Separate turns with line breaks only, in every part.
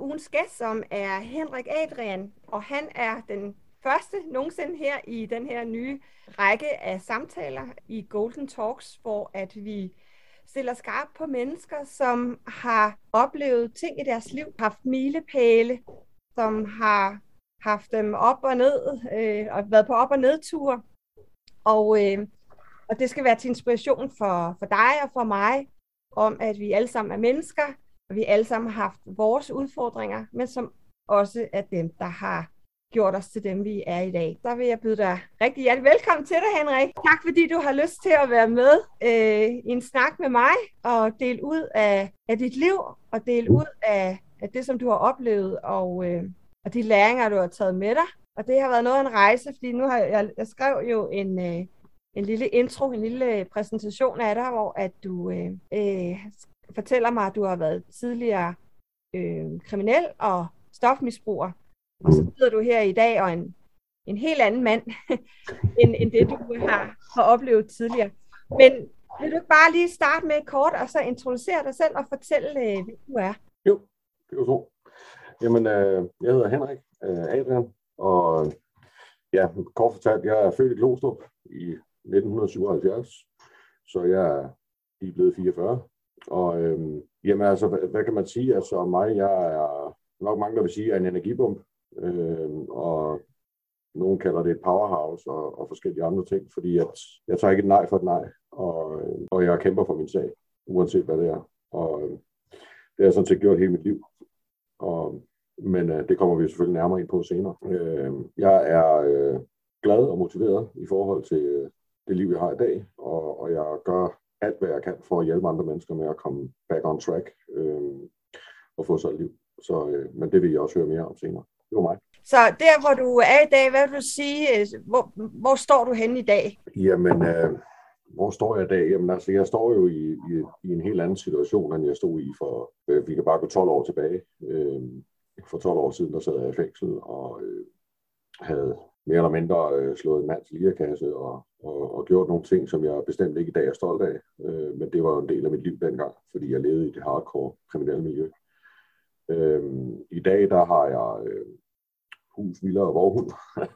ugens gæst, som er Henrik Adrian, og han er den første nogensinde her i den her nye række af samtaler i Golden Talks, hvor at vi stiller skarp på mennesker, som har oplevet ting i deres liv, haft milepæle, som har haft dem op og ned, og været på op- og nedture. Og det skal være til inspiration for dig og for mig, om at vi alle sammen er mennesker, og vi alle sammen har haft vores udfordringer, men som også er dem, der har gjort os til dem, vi er i dag. Der vil jeg byde dig rigtig hjertelig velkommen til dig, Henrik. Tak fordi du har lyst til at være med i en snak med mig, og dele ud af dit liv, og dele ud af det, som du har oplevet, og de læringer, du har taget med dig. Og det har været noget af en rejse, fordi nu har jeg skrev jo en lille intro, en lille præsentation af dig, hvor at du fortæller mig, at du har været tidligere kriminel og stofmisbruger. Og så sidder du her i dag og en helt anden mand, end det du har oplevet tidligere. Men vil du ikke bare lige starte med kort, og så introducere dig selv og fortælle, hvem du er?
Jo, det er jo så. Jamen, jeg hedder Henrik Adrian, og ja, kort fortalt, jeg er født i Glostrup i 1977, så jeg er lige blevet 44. Og jamen altså, hvad kan man sige? Altså mig, jeg er nok mange, der vil sige, er en energibombe, og nogen kalder det et powerhouse og forskellige andre ting, fordi jeg tager ikke et nej for et nej, og jeg kæmper for min sag, uanset hvad det er. Og det har jeg sådan set gjort hele mit liv. Men det kommer vi selvfølgelig nærmere ind på senere. Jeg er glad og motiveret i forhold til det liv, jeg har i dag, og jeg gør alt, hvad jeg kan for at hjælpe andre mennesker med at komme back on track og få sig et liv. Men det vil jeg også høre mere om senere. Det var mig.
Så der, hvor du er i dag, hvad vil du sige, hvor står du henne i dag?
Jamen, hvor står jeg i dag? Jamen altså, jeg står jo i en helt anden situation, end jeg stod i for, vi kan bare gå 12 år tilbage. For 12 år siden, der sad jeg i fængsel og havde mere eller mindre slået en mands lirekasse og gjort nogle ting, som jeg bestemt ikke i dag er stolt af. Men det var jo en del af mit liv dengang, fordi jeg levede i det hardcore kriminelle miljø. I dag, der har jeg hus, villa og vorhund.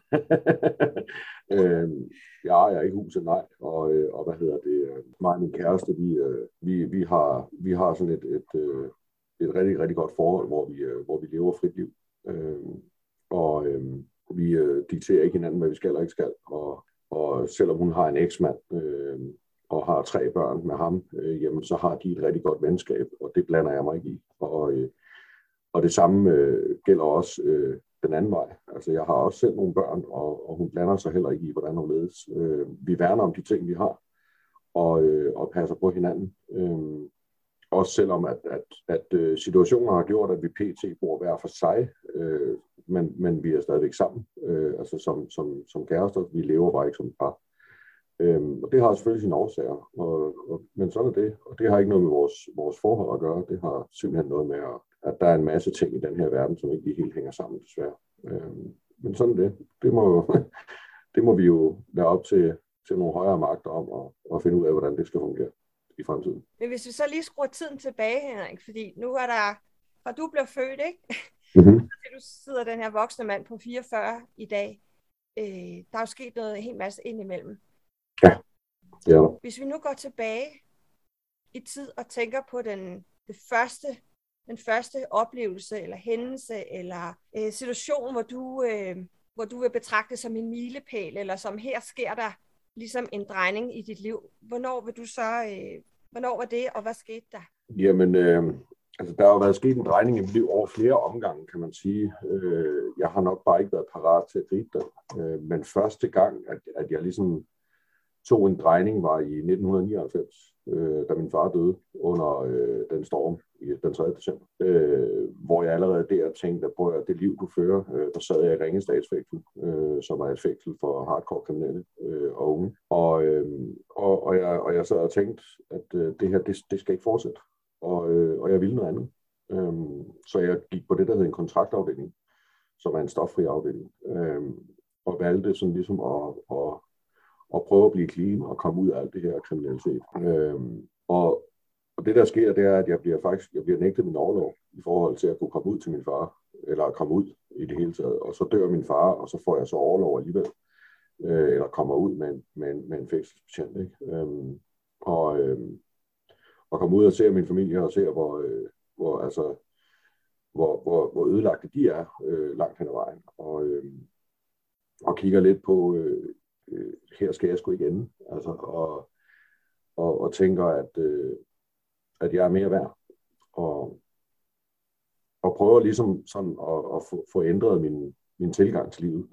Jeg ejer ikke huset, nej. Og hvad hedder det? Mig og min kæreste, vi har sådan et rigtig, rigtig godt forhold, hvor vi lever frit liv. Vi dikterer ikke hinanden, hvad vi skal eller ikke skal. Og selvom hun har en eksmand og har 3 børn med ham, jamen, så har de et rigtig godt venskab, og det blander jeg mig ikke i. Og det samme gælder også den anden vej. Altså, jeg har også selv nogle børn, og hun blander sig heller ikke i, hvordan hun ledes. Vi værner om de ting, vi har, og passer på hinanden. Også selvom at situationer har gjort, at vi pt. Bor hver for sig, men vi er stadigvæk sammen, altså som kærester. Vi lever bare ikke som et par. Og det har selvfølgelig sine årsager, men sådan er det. Og det har ikke noget med vores forhold at gøre. Det har simpelthen noget med, at der er en masse ting i den her verden, som ikke lige helt hænger sammen, desværre. Men sådan er det. Det må vi jo være op til nogle højere magter om at finde ud af, hvordan det skal fungere i fremtiden.
Men hvis vi så lige skruer tiden tilbage, Henrik, fordi nu er der, fra du blev født, ikke?
Mm-hmm.
Du sidder den her voksne mand på 44 i dag. Der er jo sket noget en hel masse indimellem.
Ja.
Hvis vi nu går tilbage i tid og tænker på den første oplevelse eller hændelse eller situation, hvor du vil betragte som en milepæl, eller som her sker der ligesom en drejning i dit liv. Hvornår var det, og hvad skete der?
Jamen, altså der har jo været sket en drejning i mit liv over flere omgange, kan man sige. Jeg har nok bare ikke været parat til at gribe den. Men første gang, at jeg ligesom tog en drejning, var i 1999, da min far døde under den storm den 3. december. Hvor jeg allerede der tænkte, at det liv, du fører, der sad jeg i Ringe Statsfængsel, som er et fængsel for hardcore kriminelle og unge. Og jeg sad og tænkte, at det her, det skal ikke fortsætte. Og jeg ville noget andet. Så jeg gik på det, der hedder en kontraktafdeling, som er en stoffri afdeling, og valgte sådan ligesom at prøve at blive clean og komme ud af alt det her kriminalitet. Og Og det, der sker, det er, at jeg bliver nægtet min orlov i forhold til at kunne komme ud til min far, eller komme ud i det hele taget. Og så dør min far, og så får jeg så orlov alligevel, eller kommer ud med en fængselsbetjent, ikke? Og kommer ud og ser min familie, og ser, hvor ødelagte de er langt hen ad vejen. Og kigger lidt på, her skal jeg sgu ikke ende. Altså, og tænker, at jeg er mere værd. Og prøver ligesom sådan at få ændret min tilgang til livet.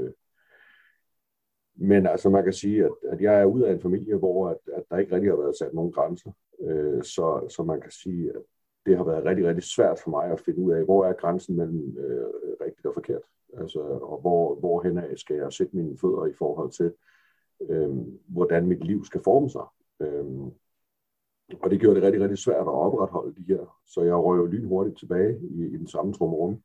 Men altså man kan sige, at jeg er ude af en familie, hvor at der ikke rigtig har været sat nogen grænser. Så man kan sige, at det har været rigtig, rigtig svært for mig at finde ud af, hvor er grænsen mellem rigtigt og forkert. Altså, og hvorhen af skal jeg sætte mine fødder i forhold til, hvordan mit liv skal forme sig. Og det gjorde det rigtig, rigtig svært at opretholde de her. Så jeg røg jo lynhurtigt tilbage i den samme trummerum.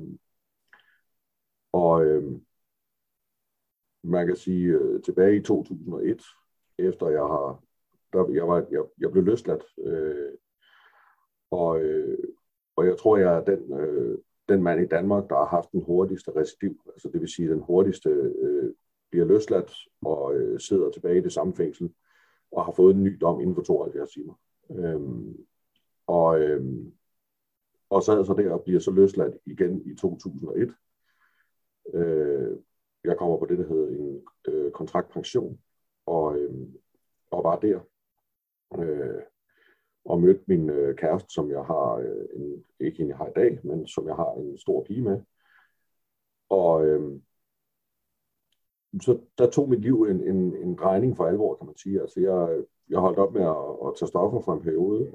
Man kan sige, tilbage i 2001, efter jeg blev løsladt, og jeg tror, jeg er den mand i Danmark, der har haft den hurtigste recidiv, altså det vil sige, den hurtigste bliver løsladt og sidder tilbage i det samme fængsel, og har fået en ny dom inden for 72 timer. Og sad så der og bliver så løsladt igen i 2001. Jeg kommer på det, der hedder en kontraktpension, og var der. Og mødte min kæreste, som jeg har, ikke en jeg har i dag, men som jeg har en stor pige med. Og så der tog mit liv en drejning for alvor, kan man sige. Altså jeg holdt op med at tage stoffer for en periode,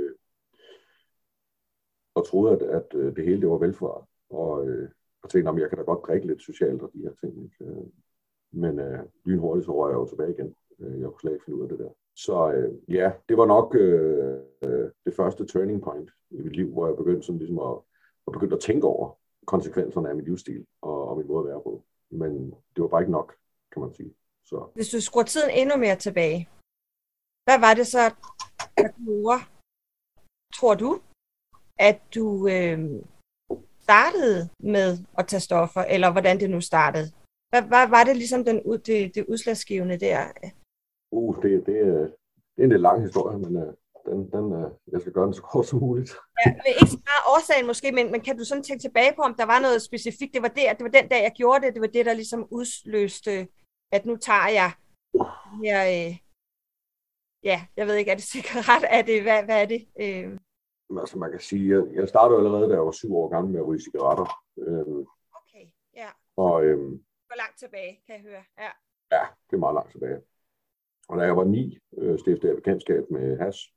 og troede, at det hele det var velforret. Og tænkte, at jeg kan da godt drikke lidt socialt og de her ting. Ikke? Men lynhurtigt så røg jeg jo tilbage igen. Jeg kunne slet ikke finde ud af det der. Så ja, det var nok det første turning point i mit liv, hvor jeg begyndte sådan ligesom at tænke over konsekvenserne af min livsstil og min måde at være på. Men det var bare ikke nok, kan man sige. Så.
Hvis du skruer tiden endnu mere tilbage, hvad var det så, der gjorde, tror du, at du startede med at tage stoffer, eller hvordan det nu startede? Hvad var det ligesom det udslagsgivende der?
Det er en lidt lang historie, men jeg skal gøre den så kort som muligt.
Ja, ikke så meget årsagen måske, men kan du sådan tænke tilbage på, om der var noget specifikt? Det var den dag, jeg gjorde det. Det var det, der ligesom udløste, at nu tager jeg her... ja, jeg ved ikke, er det cigaret? Er det, hvad er det?
Altså man kan sige, jeg startede allerede, da jeg var 7 år gammel med at ryge cigaretter.
Okay, ja.
Og,
hvor langt tilbage, kan jeg høre?
Ja, det er meget langt tilbage. Og da jeg var 9, stiftede jeg bekendtskab med hash.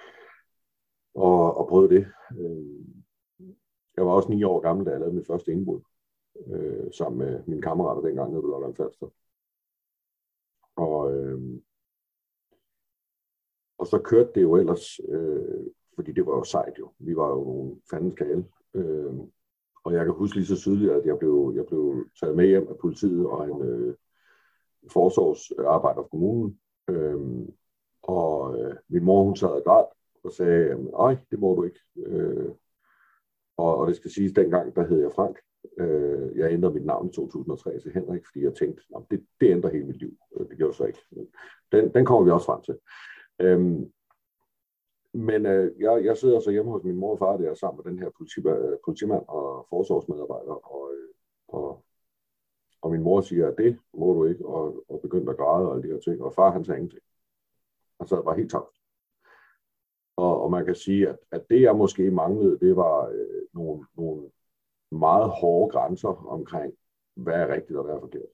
Og prøvede det. Jeg var også 9 år gammel, da jeg lavede mit første indbrud. Sammen med mine kammerater dengang nede på Lolland Falster. Og så kørte det jo ellers, fordi det var jo sejt jo. Vi var jo nogle fandens kale. Og jeg kan huske lige så tydeligt, at jeg blev taget med hjem af politiet og en forsorgsarbejder for kommunen. Min mor, hun sad og græd og sagde, nej, det må du ikke. Og det skal siges, dengang, der hed jeg Frank. Jeg ændrede mit navn i 2003 til Henrik, fordi jeg tænkte, det ændrer hele mit liv. Det gjorde så ikke. Den kommer vi også frem til. Men jeg sidder så hjemme hos min mor og far der sammen med den her politimand og forsorgsmedarbejder, og min mor siger, at det må du ikke, og begyndte at græde og alle de her ting, og far han sagde ingenting. Han sad bare helt tavs. Og man kan sige, at det jeg måske manglede, det var nogle meget hårde grænser omkring, hvad er rigtigt og hvad er forkert.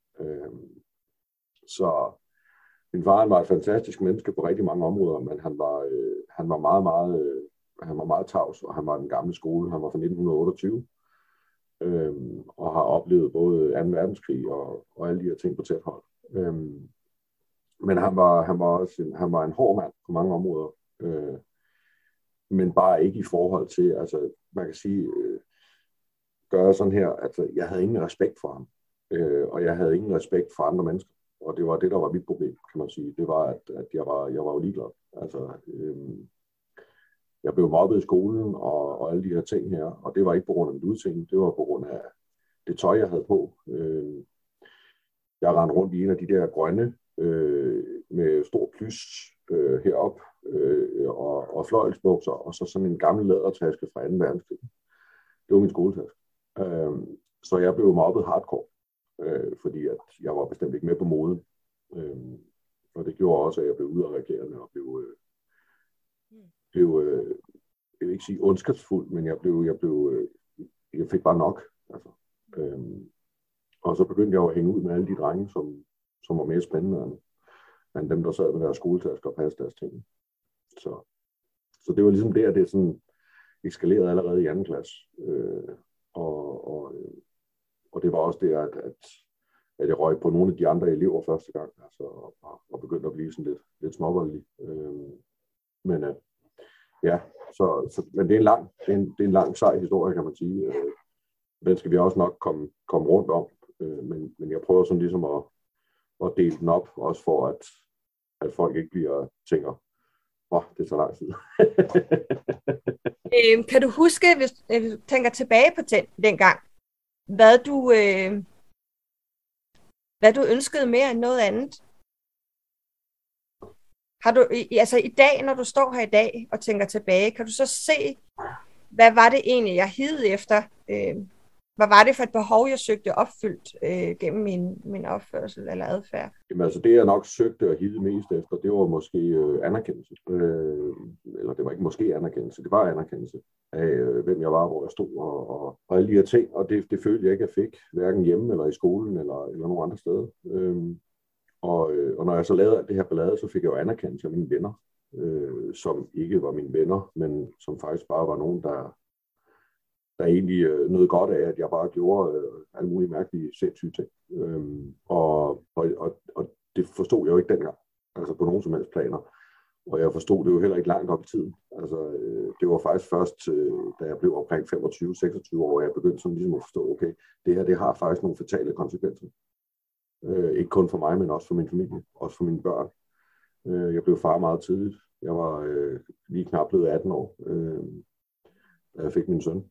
Så min far var et fantastisk menneske på rigtig mange områder, men han var meget tavs, og han var den gamle skole. Han var fra 1928, og har oplevet både 2. verdenskrig og alle de her ting på tæt hold. Men han var en hård mand på mange områder, men bare ikke i forhold til, altså man kan sige, gøre sådan her, altså jeg havde ingen respekt for ham, og jeg havde ingen respekt for andre mennesker. Og det var det, der var mit problem, kan man sige. Det var, at jeg var jo ligeglad. Altså, jeg blev mobbet i skolen og alle de her ting her, og det var ikke på grund af mit udseende, det var på grund af det tøj, jeg havde på. Jeg rendte rundt i en af de der grønne med stor plys herop og fløjelsbukser, og så sådan en gammel lædertaske fra 2. verdenskrig. Det var min skoletaske. Så jeg blev mobbet hardcore, fordi at jeg var bestemt ikke med på moden. Og det gjorde også, at jeg blev udadreagerende og jeg vil ikke sige ondskabsfuld, men jeg fik bare nok. Altså. Og så begyndte jeg at hænge ud med alle de drenge, som var mere spændende end dem, der sad med deres skoletasker og passede deres ting. Så det var ligesom det sådan eskalerede allerede i 2. klasse. Og det var også det, at jeg røg på nogle af de andre elever første gang, altså, og begyndte at blive sådan lidt småvoldelig. Men men det er en lang sej historie, kan man sige. Den skal vi også nok komme rundt om. Men jeg prøver sådan ligesom at dele den op, også for at folk ikke tænker, det tager lang tid.
Kan du huske, hvis du tænker tilbage på dengang, hvad du ønskede mere end noget andet? Har du, altså i dag, når du står her i dag og tænker tilbage, kan du så se, hvad var det egentlig, jeg higgede efter? Hvad var det for et behov, jeg søgte opfyldt gennem min opførsel eller adfærd?
Jamen altså det, jeg nok søgte og higgede mest efter, det var måske anerkendelse. Eller det var ikke måske anerkendelse, det var anerkendelse af, hvem jeg var, hvor jeg stod og alle de her ting. Og det følte jeg ikke, jeg fik, hverken hjemme eller i skolen eller nogen andre steder. Og når jeg så lavede det her ballade, så fik jeg jo anerkendelse af mine venner, som ikke var mine venner, men som faktisk bare var nogen, der egentlig nød godt af, at jeg bare gjorde alle mulige mærkelige, sindssyge ting. Og det forstod jeg jo ikke dengang, altså på nogen som helst planer. Og jeg forstod det jo heller ikke langt op i tiden. Altså, det var faktisk først, da jeg blev omkring 25-26 år, jeg begyndte sådan ligesom at forstå, okay, det her, det har faktisk nogle fatale konsekvenser. Ikke kun for mig, men også for min familie, også for mine børn. Jeg blev far meget tidligt. Jeg var lige knap blevet 18 år, da jeg fik min søn.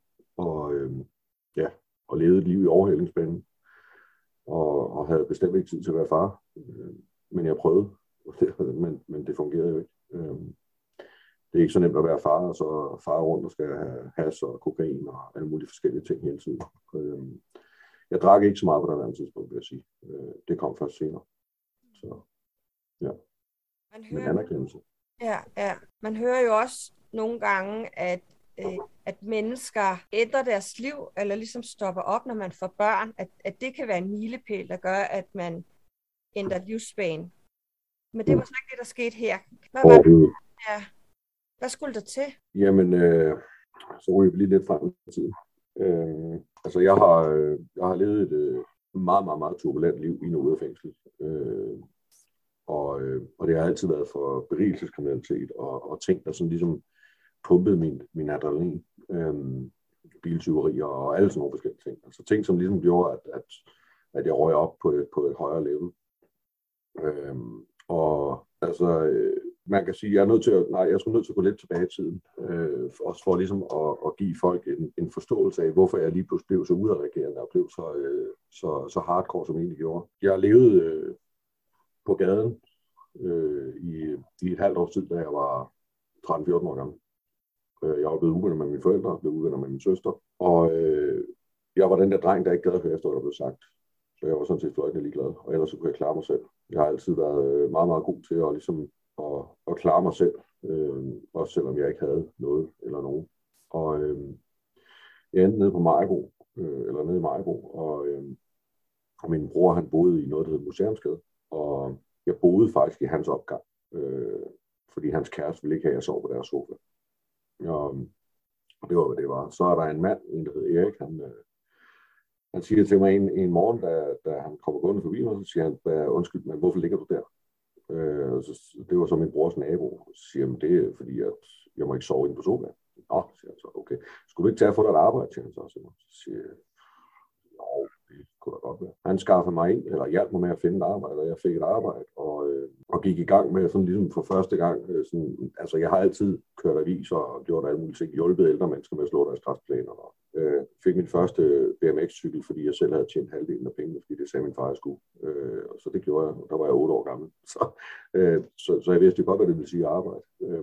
Og levede et liv i overhældingsbanen. Og havde bestemt ikke tid til at være far. Men jeg prøvede, men det fungerede jo ikke. Det er ikke så nemt at være far, og så far rundt og skal have hash og kokain og alle mulige forskellige ting hele tiden. Jeg drak ikke så meget på det andet tidspunkt, vil jeg sige. Det kom først senere. Så, ja. Men anerkendelse.
Ja. Man hører jo også nogle gange, at mennesker ændrer deres liv, eller ligesom stopper op, når man får børn, at det kan være en milepæl, der gør, at man ændrer livsbane. Men det var så ikke det, der skete her. Hvad var det? Ja. Hvad skulle der til?
Jamen, så ryger vi lige lidt frem i tiden. Altså, jeg har levet et meget, meget, meget turbulent liv i og ude af fængsel. Og det har altid været for berigelseskriminalitet og ting, der sådan ligesom pumpede min adrenalin. Biltyverier og alle sådan nogle forskellige ting. Altså ting, som ligesom gjorde, at jeg røg op på et højere level. Og altså, man kan sige, jeg skulle nødt til at gå lidt tilbage i tiden, også for ligesom at give folk en forståelse af, hvorfor jeg lige pludselig blev så udadreagerende og blev så hardcore, som jeg egentlig gjorde. Jeg levede på gaden i et halvt års tid, da jeg var 13-14 år gammel. Jeg var blevet uvenner med mine forældre, blev uvenner med min søster, og jeg var den der dreng, der ikke gad at høre efter, hvad der blev sagt. Så jeg var sådan set fløjtende ligeglad, og ellers så kunne jeg klare mig selv. Jeg har altid været meget, meget god til at klare mig selv, også selvom jeg ikke havde noget eller nogen. Og jeg endte nede på Maribo, nede i Maribo, og min bror, han boede i noget, der hed Museumsgade, og jeg boede faktisk i hans opgang, fordi hans kæreste ville ikke have, at jeg sov på deres sofa. Og det var, hvad det var. Så er der en mand, der hed Erik, han siger til mig en morgen, da han kommer gående forbi mig, så siger han, undskyld, men hvorfor ligger du der? Det var så min brors nabo. Så siger han, det er fordi, at jeg må ikke sove inde på sofaen. Nå, siger han så, okay. Skulle du ikke tage at få dig et arbejde, siger han så. Så siger jeg, Jo, det kunne da godt være. Han skaffede mig ind, eller hjalp mig med at finde et arbejde, og jeg fik et arbejde, og gik i gang med sådan ligesom for første gang. Sådan, altså, jeg har altid kørt aviser og gjort alle mulige ting, hjulpet ældre mennesker med at slå deres græsplæner. Og fik min første BMX-cykel, fordi jeg selv havde tjent halvdelen af pengene, fordi det sagde min far, jeg skulle. Så det gjorde jeg, og der var jeg 8 år gammel. Så jeg vidste jo godt, hvad det ville sige at arbejde.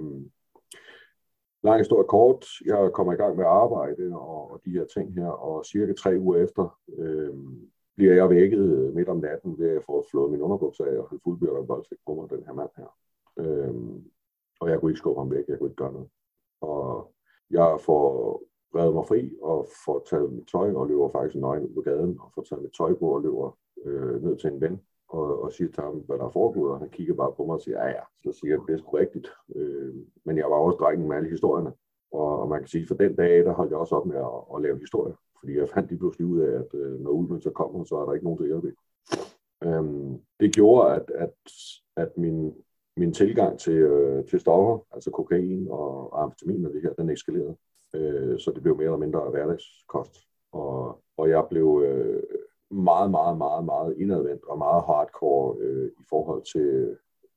Lang historie kort, jeg kommer i gang med at arbejde og de her ting her, og cirka 3 uger efter bliver jeg vækket midt om natten ved at få flået min underbukser af, og han fuldbyrder en voldtægt på mig, den her mand her. Og jeg kunne ikke skubbe ham væk, jeg kunne ikke gøre noget. Og jeg får revet mig fri og får taget mit tøj og løber faktisk nøgen ud på gaden og får taget mit tøj på og løber ned til en ven og siger til ham, hvad der er foregået, og han kigger bare på mig og siger, ja. Så siger jeg, det er sgu rigtigt. Men jeg var også drengen med alle historierne. Og man kan sige, for den dag, der holdt jeg også op med at lave historier. Fordi jeg fandt lige pludselig ud af, at når ulven så kommer, så er der ikke nogen til at hjælpe. Det gjorde, at min tilgang til stoffer, altså kokain og amfetamin og det her, den eskalerede. Så det blev mere eller mindre hverdagskost. Og jeg blev meget, meget, meget, meget indadvendt og meget hardcore i forhold til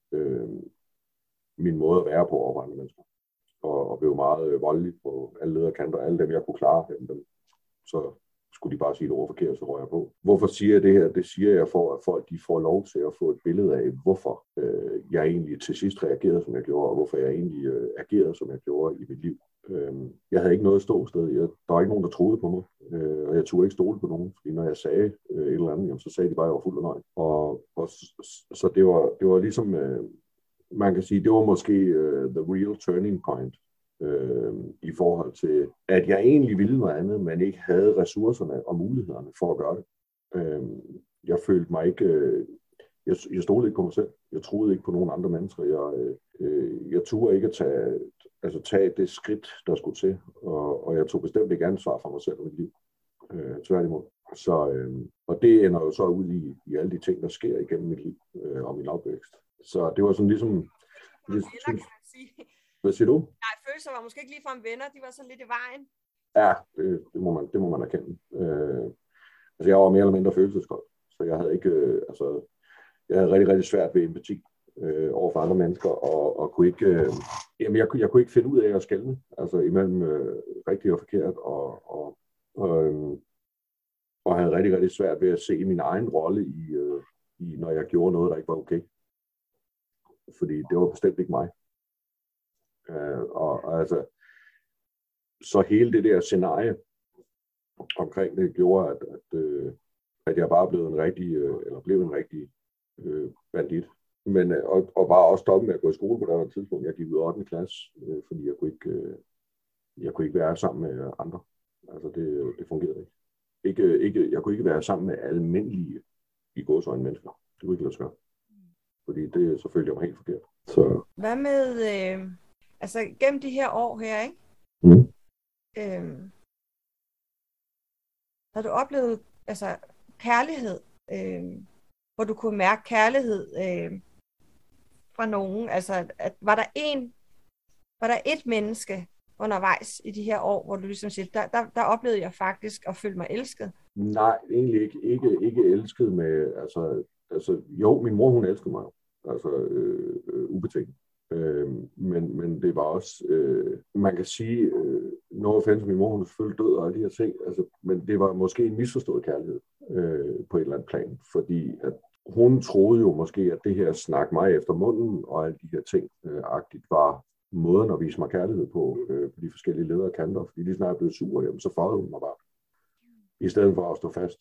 min måde at være på over andre mennesker. Og blev meget voldelig på alle lederkanter, alle dem, jeg kunne klare. Så skulle de bare sige et ord forkert, så røg jeg på. Hvorfor siger jeg det her? Det siger jeg for, at folk de får lov til at få et billede af, hvorfor jeg egentlig til sidst reagerede, som jeg gjorde, og hvorfor jeg egentlig agerede, som jeg gjorde i mit liv. Jeg havde ikke noget ståsted. Der var ikke nogen, der troede på mig, og jeg turde ikke stole på nogen, fordi når jeg sagde et eller andet, jamen, så sagde de bare, at jeg var fuld af løgn. Så det var ligesom, man kan sige, det var måske the real turning point i forhold til, at jeg egentlig ville noget andet, men ikke havde ressourcerne og mulighederne for at gøre det. Jeg følte mig ikke, jeg stolede ikke på mig selv. Jeg troede ikke på nogen andre mennesker. Jeg turde ikke at tage det skridt, der skulle til, og jeg tog bestemt ikke ansvar for mig selv og mit liv. Tværtimod. Og det ender jo så ud i alle de ting, der sker igennem mit liv og min opvækst. Så det var sådan ligesom... Hvad siger du?
Nej, følelser var måske ikke ligefrem venner, de var sådan lidt i vejen.
Ja, det må man erkende. Altså jeg var mere eller mindre følelseskold, så jeg havde ikke, jeg havde rigtig, rigtig svært ved empati over for andre mennesker, og kunne ikke, jeg kunne ikke finde ud af at skelne, altså imellem rigtigt og forkert, og havde rigtig, rigtig svært ved at se min egen rolle i når jeg gjorde noget, der ikke var okay. Fordi det var bestemt ikke mig. Så hele det der scenarie omkring det gjorde, at jeg bare blev en rigtig bandit. Men, og bare også stoppe med at gå i skole på det tidspunkt. Jeg gik ud af 8. klasse, fordi jeg kunne ikke være sammen med andre. Altså det fungerede ikke. Jeg kunne ikke være sammen med almindelige i gåseøjne mennesker. Det kunne ikke lade sig gøre. Fordi det så følte jeg mig helt forkert. Så.
Hvad med, gennem de her år her, ikke? Har du oplevet kærlighed, hvor du kunne mærke kærlighed fra nogen? Altså, var der et menneske undervejs i de her år, hvor du ligesom siger, der oplevede jeg faktisk at føle mig elsket?
Nej, egentlig ikke elsket med, jo, min mor, hun elskede mig, ubetinget. Men det var også, man kan sige, no offense, min mor, hun er selvfølgelig død og alle de her ting, men det var måske en misforstået kærlighed på et eller andet plan, fordi at hun troede jo måske, at det her snak mig efter munden og alle de her ting agtigt var måden at vise mig kærlighed på de forskellige ledere og kanter, fordi lige snart jeg blev sur, jamen, så farvede hun mig bare, i stedet for at stå fast.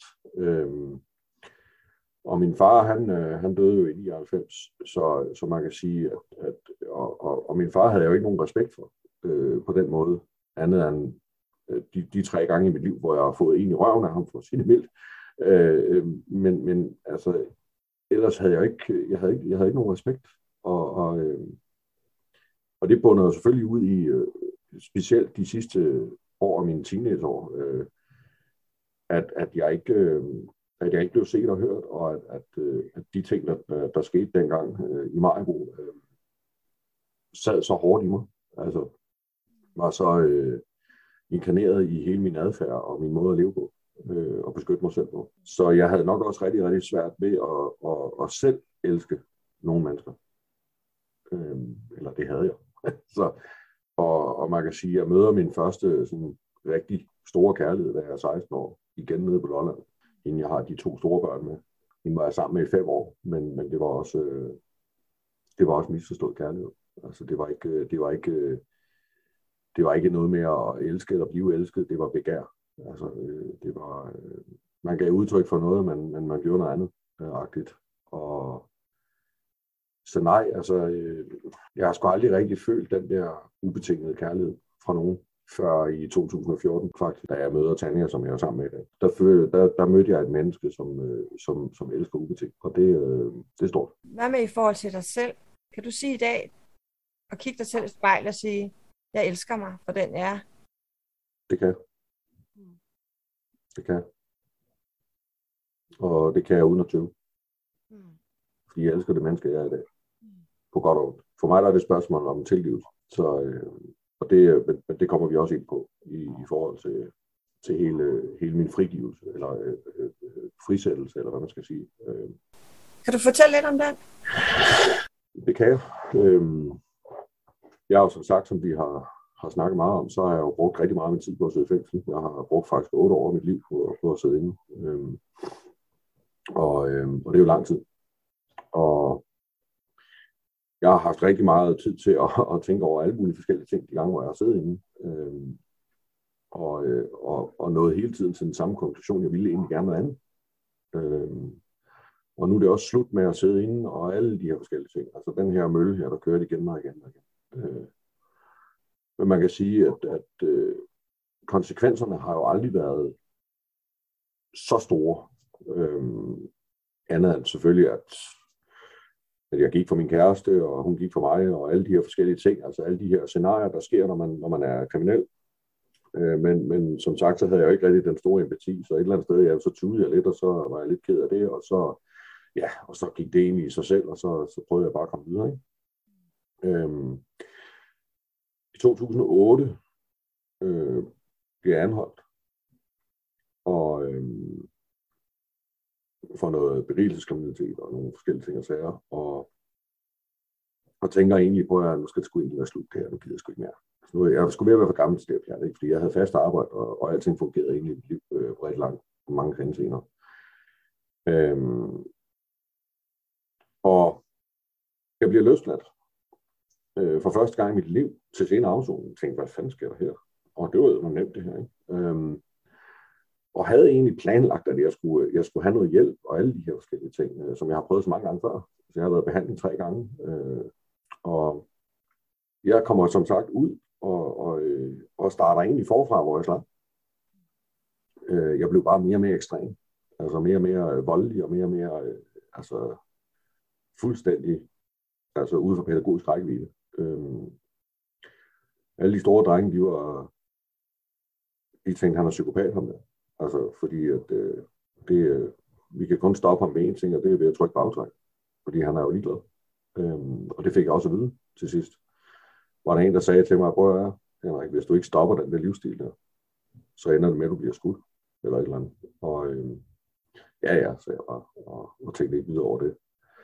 Og min far, han døde jo i 99, så man kan sige, og min far havde jeg jo ikke nogen respekt for på den måde, andet end de 3 gange i mit liv, hvor jeg har fået en i røven af ham, for at sige det mildt. Men ellers havde jeg havde ikke nogen respekt, og det bunder jo selvfølgelig ud i, specielt de sidste år af mine teenageår, at jeg ikke blev set og hørt, og at de ting, der skete dengang i Maribo, sad så hårdt i mig. Var så inkarneret i hele min adfærd og min måde at leve på. at beskytte mig selv på. Så jeg havde nok også rigtig, rigtig svært ved at selv elske nogle mennesker. Eller det havde jeg. Så, og man kan sige, at jeg møder min første sådan rigtig store kærlighed, da jeg er 16 år, igen nede på Lolland, inden jeg har de 2 store børn med. Hende var jeg sammen med i 5 år, men det var også misforstået kærlighed. Altså det var ikke noget med at elske eller blive elsket, det var begær. Altså det var man gav udtryk for noget, men man gjorde noget andet agtigt. Og så nej, altså jeg har sgu aldrig rigtig følt den der ubetingede kærlighed fra nogen før i 2014 faktisk, da jeg møder Tanja, som jeg er sammen med i dag. Der mødte jeg et menneske, som elsker ubetinget, og det er stort.
Hvad med i forhold til dig selv? Kan du sige i dag, og kigge dig selv i spejlet og sige, jeg elsker mig, for den er?
Det kan jeg. Det kan jeg. Og det kan jeg uden at tøve. Fordi jeg elsker det menneske, jeg er i dag. På godt og ondt. For mig der er det et spørgsmål om tilgivelse. Så, og det kommer vi også ind på i forhold til hele min frigivelse, eller frisættelse, eller hvad man skal sige.
Kan du fortælle lidt om det?
Det kan jeg. Jeg har jo som sagt, som vi har snakket meget om, så har jeg jo brugt rigtig meget af min tid på at sidde i fængsel. Jeg har brugt faktisk 8 år af mit liv på at sidde inde. Og det er jo lang tid. Og jeg har haft rigtig meget tid til at tænke over alle mulige forskellige ting, de gange, hvor jeg har siddet inde. Og nåede hele tiden til den samme konklusion, jeg ville egentlig gerne noget andet. Og nu er det også slut med at sidde inde og alle de her forskellige ting. Altså den her mølle her, der kører igen og igen og igen. Men man kan sige, at konsekvenserne har jo aldrig været så store. Andet end selvfølgelig, at jeg gik for min kæreste, og hun gik for mig, og alle de her forskellige ting, altså alle de her scenarier, der sker, når man er kriminel. Men som sagt, så havde jeg jo ikke rigtig den store empati, så et eller andet sted, så tudede jeg lidt, og så var jeg lidt ked af det, og så gik det egentlig i sig selv, og så prøvede jeg bare at komme videre. Ikke? I 2008 blev jeg anholdt, og for noget berigelseskriminalitet og nogle forskellige ting og sager, og tænker egentlig på, at nu skal det sgu egentlig være slut her, nu gider jeg sgu ikke mere. Så nu, jeg skulle være for gammel til det her, ikke? Fordi jeg havde fast arbejde, og alting fungerede egentlig i mit liv på et langt, mange grænser senere. Og jeg bliver løsladt for første gang i mit liv til senere afsoning. Jeg tænkte, hvad fanden sker der her? Og det var jo nemt det her, ikke? Og havde egentlig planlagt, at jeg skulle have noget hjælp og alle de her forskellige ting, som jeg har prøvet så mange gange før. Så jeg har været i behandling 3 gange. Og jeg kommer som sagt ud og starter egentlig forfra, hvor jeg slap. Jeg blev bare mere og mere ekstrem. Altså mere og mere voldelig og mere og mere altså fuldstændig altså ude for pædagogisk rækkevidde. Alle de store drenge, de tænkte, han er psykopat ham der. Altså fordi at vi kan kun stoppe ham med en ting, og det er ved at trykke på aftræk. Fordi han er jo ligeglad. Og det fik jeg også at vide til sidst. Var der en, der sagde til mig, prøv at høre, Henrik, hvis du ikke stopper den der livsstil der, så ender det med, at du bliver skudt. Eller et eller andet. Og ja, sagde jeg bare, og tænkte ikke videre over det.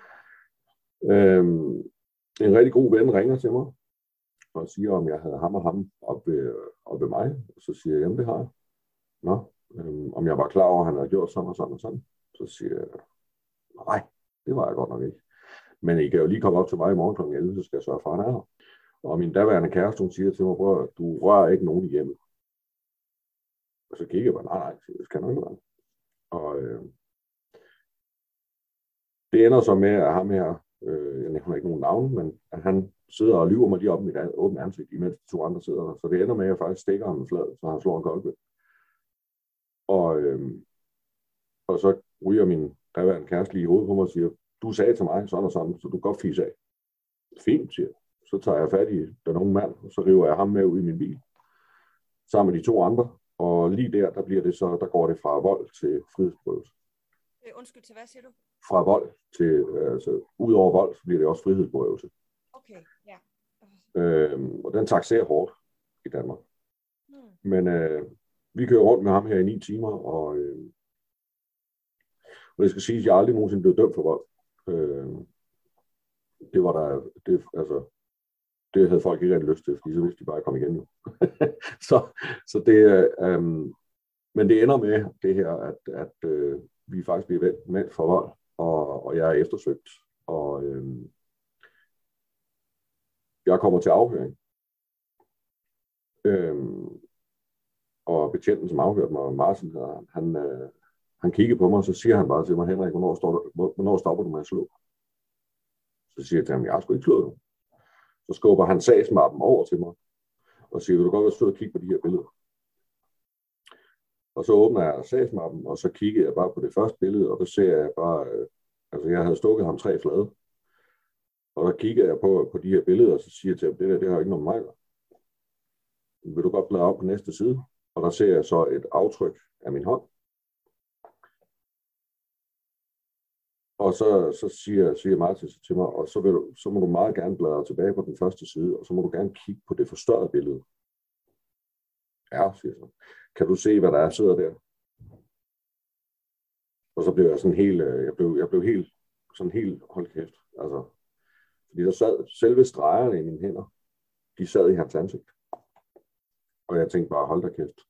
En rigtig god ven ringer til mig, og siger, om jeg havde ham og ham op ved mig. Og så siger jeg, jamen det har jeg. Nå, om jeg var klar over, at han havde gjort sådan og sådan og sådan. Så siger jeg, nej, det var jeg godt nok ikke. Men I kan jo lige komme op til mig i morgen kl. 11, så skal jeg sørge for, at han er her. Og min daværende kæreste, hun siger til mig, bror, du rører ikke nogen i hjemmet. Og så kigger jeg bare, nej, det skal nok ikke være. Og det ender så med, at ham her, jeg nævner ikke nogen navn, men at han sidder og lyver mig lige op i mit åbne ansigt, imens de 2 andre sidder der. Så det ender med, at jeg faktisk stikker ham med flad, så han slår en koldbød. Og så ryger min daværende kæreste lige i hovedet på mig og siger, du sagde til mig sådan og sådan, så du kan godt fise af. Fint, siger jeg. Så tager jeg fat i den unge mand, og så river jeg ham med ud i min bil, sammen med de 2 andre. Og lige der bliver det så, der går det fra vold til frihedsberøvelse.
Undskyld, til hvad siger du?
Fra vold til, altså ud over vold, så bliver det også frihedsberøvelse.
Okay, ja. Og
den taxerer hårdt i Danmark. Men vi kører rundt med ham her i 9 timer, og det skal siges, at jeg aldrig nogensinde blev dømt for vold. Det var der, det havde folk ikke rigtig lyst til, fordi så vidste de bare at komme igen nu. så det, men det ender med det her, at vi faktisk bliver vendt for vold, og jeg er eftersøgt, og jeg kommer til afhøring. Og betjenten, som afhørte mig, Martin, han kiggede på mig, og så siger han bare til mig, Henrik, hvornår stopper du med at slå? Så siger jeg til ham, jeg har sgu ikke slået. Så skubber han sagsmappen over til mig, og siger, vil du godt være sød og kigge på de her billeder? Og så åbner jeg sagsmappen, og så kigger jeg bare på det første billede, og der ser jeg bare, jeg havde stukket ham 3 flade. Og der kigger jeg på de her billeder, og så siger jeg til ham, det har ikke noget med mig. Vil du godt bladre op på næste side? Og der ser jeg så et aftryk af min hånd. Og så siger Martin til mig, og så må du meget gerne bladre tilbage på den første side, og så må du gerne kigge på det forstørrede billede. Ja, siger jeg så. Kan du se, hvad der er, sidder der? Og så blev jeg sådan helt, jeg blev helt hold kæft. Altså, fordi der sad selve stregerne i mine hænder, de sad i hans ansigt. Og jeg tænkte bare, hold da kæft.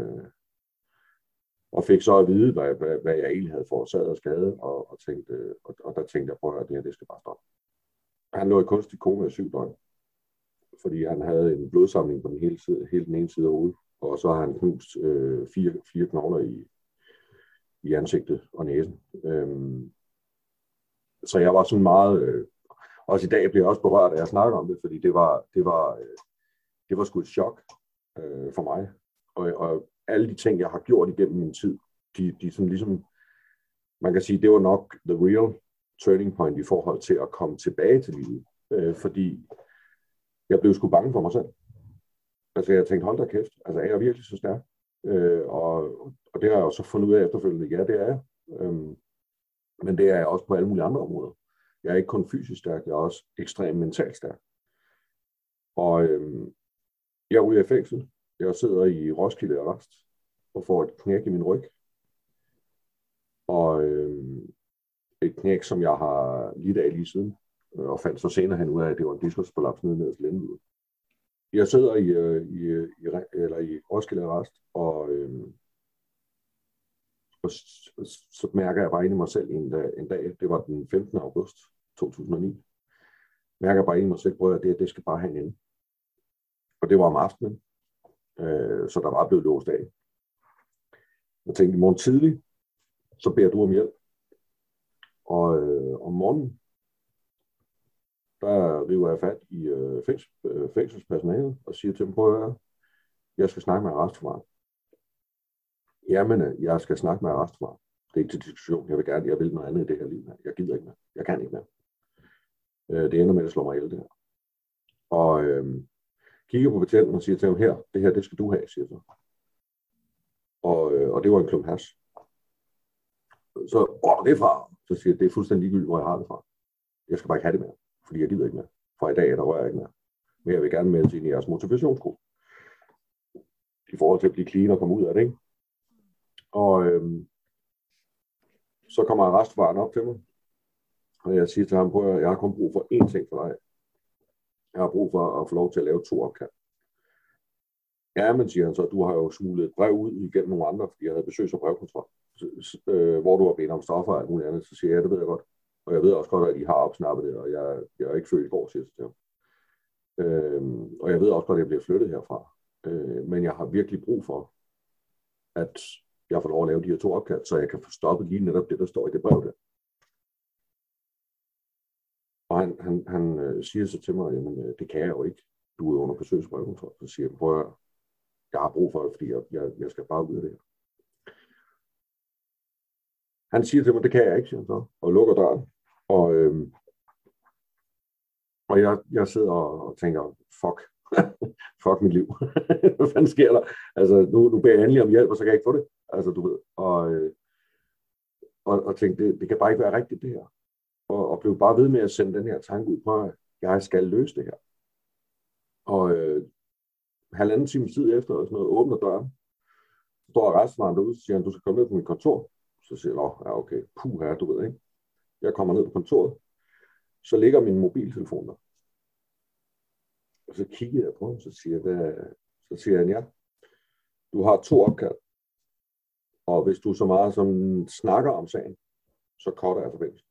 Og fik så at vide, hvad jeg egentlig havde forårsaget af skade, og der tænkte jeg, prøv at høre, det skal bare stoppe. Han lå i kunstig koma i 7 døgn, fordi han havde en blodsamling på hele den ene side af hovedet, og så har han knust 4 knogler i ansigtet og næsen. Så jeg var sådan meget, også i dag bliver jeg også berørt, at jeg snakker om det, fordi det var sgu et chok for mig, og alle de ting, jeg har gjort igennem min tid, de sådan ligesom, man kan sige, det var nok the real turning point i forhold til at komme tilbage til livet, fordi jeg blev sgu bange for mig selv. Altså jeg tænkte, hold da kæft, altså er jeg virkelig så stærk? Og det har jeg også fundet ud af efterfølgende, ja det er jeg, men det er jeg også på alle mulige andre områder. Jeg er ikke kun fysisk stærk, jeg er også ekstremt mentalt stærk. Og jeg ryger i fængsel. Jeg sidder i Roskilde Arrest og får et knæk i min ryg. Og et knæk, som jeg har lidt af lige siden. Og fandt så senere hen ud af, at det var en diskusprolaps nede i lænden. Jeg sidder i Roskilde Arrest, og så mærker jeg bare inde i mig selv en dag, det var den 15. august 2009, mærker jeg bare inde i mig selv, at det skal bare have en ende. Og det var om aftenen, så der var blevet låst af. Jeg tænkte, i morgen tidlig, så beder du om hjælp. Og om morgenen, der river jeg fat i fængselspersonalet og siger til dem, prøv at høre, jeg skal snakke med arrestforvareren. Jamen, jeg skal snakke med arrestforvareren. Det er ikke til diskussion. Jeg vil noget andet i det her liv. Jeg gider ikke mere. Jeg kan ikke mere. Det ender med, at slå mig ihjel det her. Og kigger på betjenten og siger til ham, det her, det skal du have, siger så. Og det var en klump hash. Så, hvor er det fra? Så siger jeg, det er fuldstændig ligegyldigt, hvor jeg har det fra. Jeg skal bare ikke have det mere, fordi jeg gider ikke mere. For i dag der rører jeg ikke mere. Men jeg vil gerne melde ind i jeres motivationsgruppe. I forhold til at blive clean og komme ud af det, ikke? Og så kommer arrestforvareren op til mig. Og jeg siger til ham, prøv at jeg har kun brug for én ting for dig. Jeg har brug for at få lov til at lave 2 opkald. Ja, men siger han så, du har jo smuglet et brev ud igennem nogle andre, fordi jeg havde besøgs- og brevkontrol, hvor du har bedt om stoffer og alt muligt andet. Så siger jeg, det ved jeg godt. Og jeg ved også godt, at I har opsnappet det, og jeg er ikke født i går, siger jeg til ham. Og jeg ved også godt, at jeg bliver flyttet herfra. Men jeg har virkelig brug for, at jeg får lov at lave de her 2 opkald, så jeg kan få stoppet lige netop det, der står i det brev der. Og han siger så til mig, jamen det kan jeg jo ikke. Du er under besøgs- og brevkontrol. Så siger jeg, prøv at jeg har brug for det, fordi jeg skal bare ud af det her. Han siger til mig, det kan jeg ikke, siger han så, og lukker døren. Og jeg sidder og tænker, fuck mit liv. Hvad fanden sker der? Altså, nu beder jeg endelig om hjælp, og så kan jeg ikke få det. Altså, du ved. Og tænkte, det kan bare ikke være rigtigt, det her. Og blev bare ved med at sende den her tanke ud på, at jeg skal løse det her. Og halvanden times tid efter, og sådan noget, åbner døren. står arrestmanden derude, så siger han, du skal komme ned på mit kontor. Så siger jeg, ja okay, puha, du ved ikke. Jeg kommer ned på kontoret, så ligger min mobiltelefon der. Og så kigger jeg på ham, så siger han, ja, du har 2 opkald. Og hvis du så meget som snakker om sagen, så cutter jeg forbindelsen.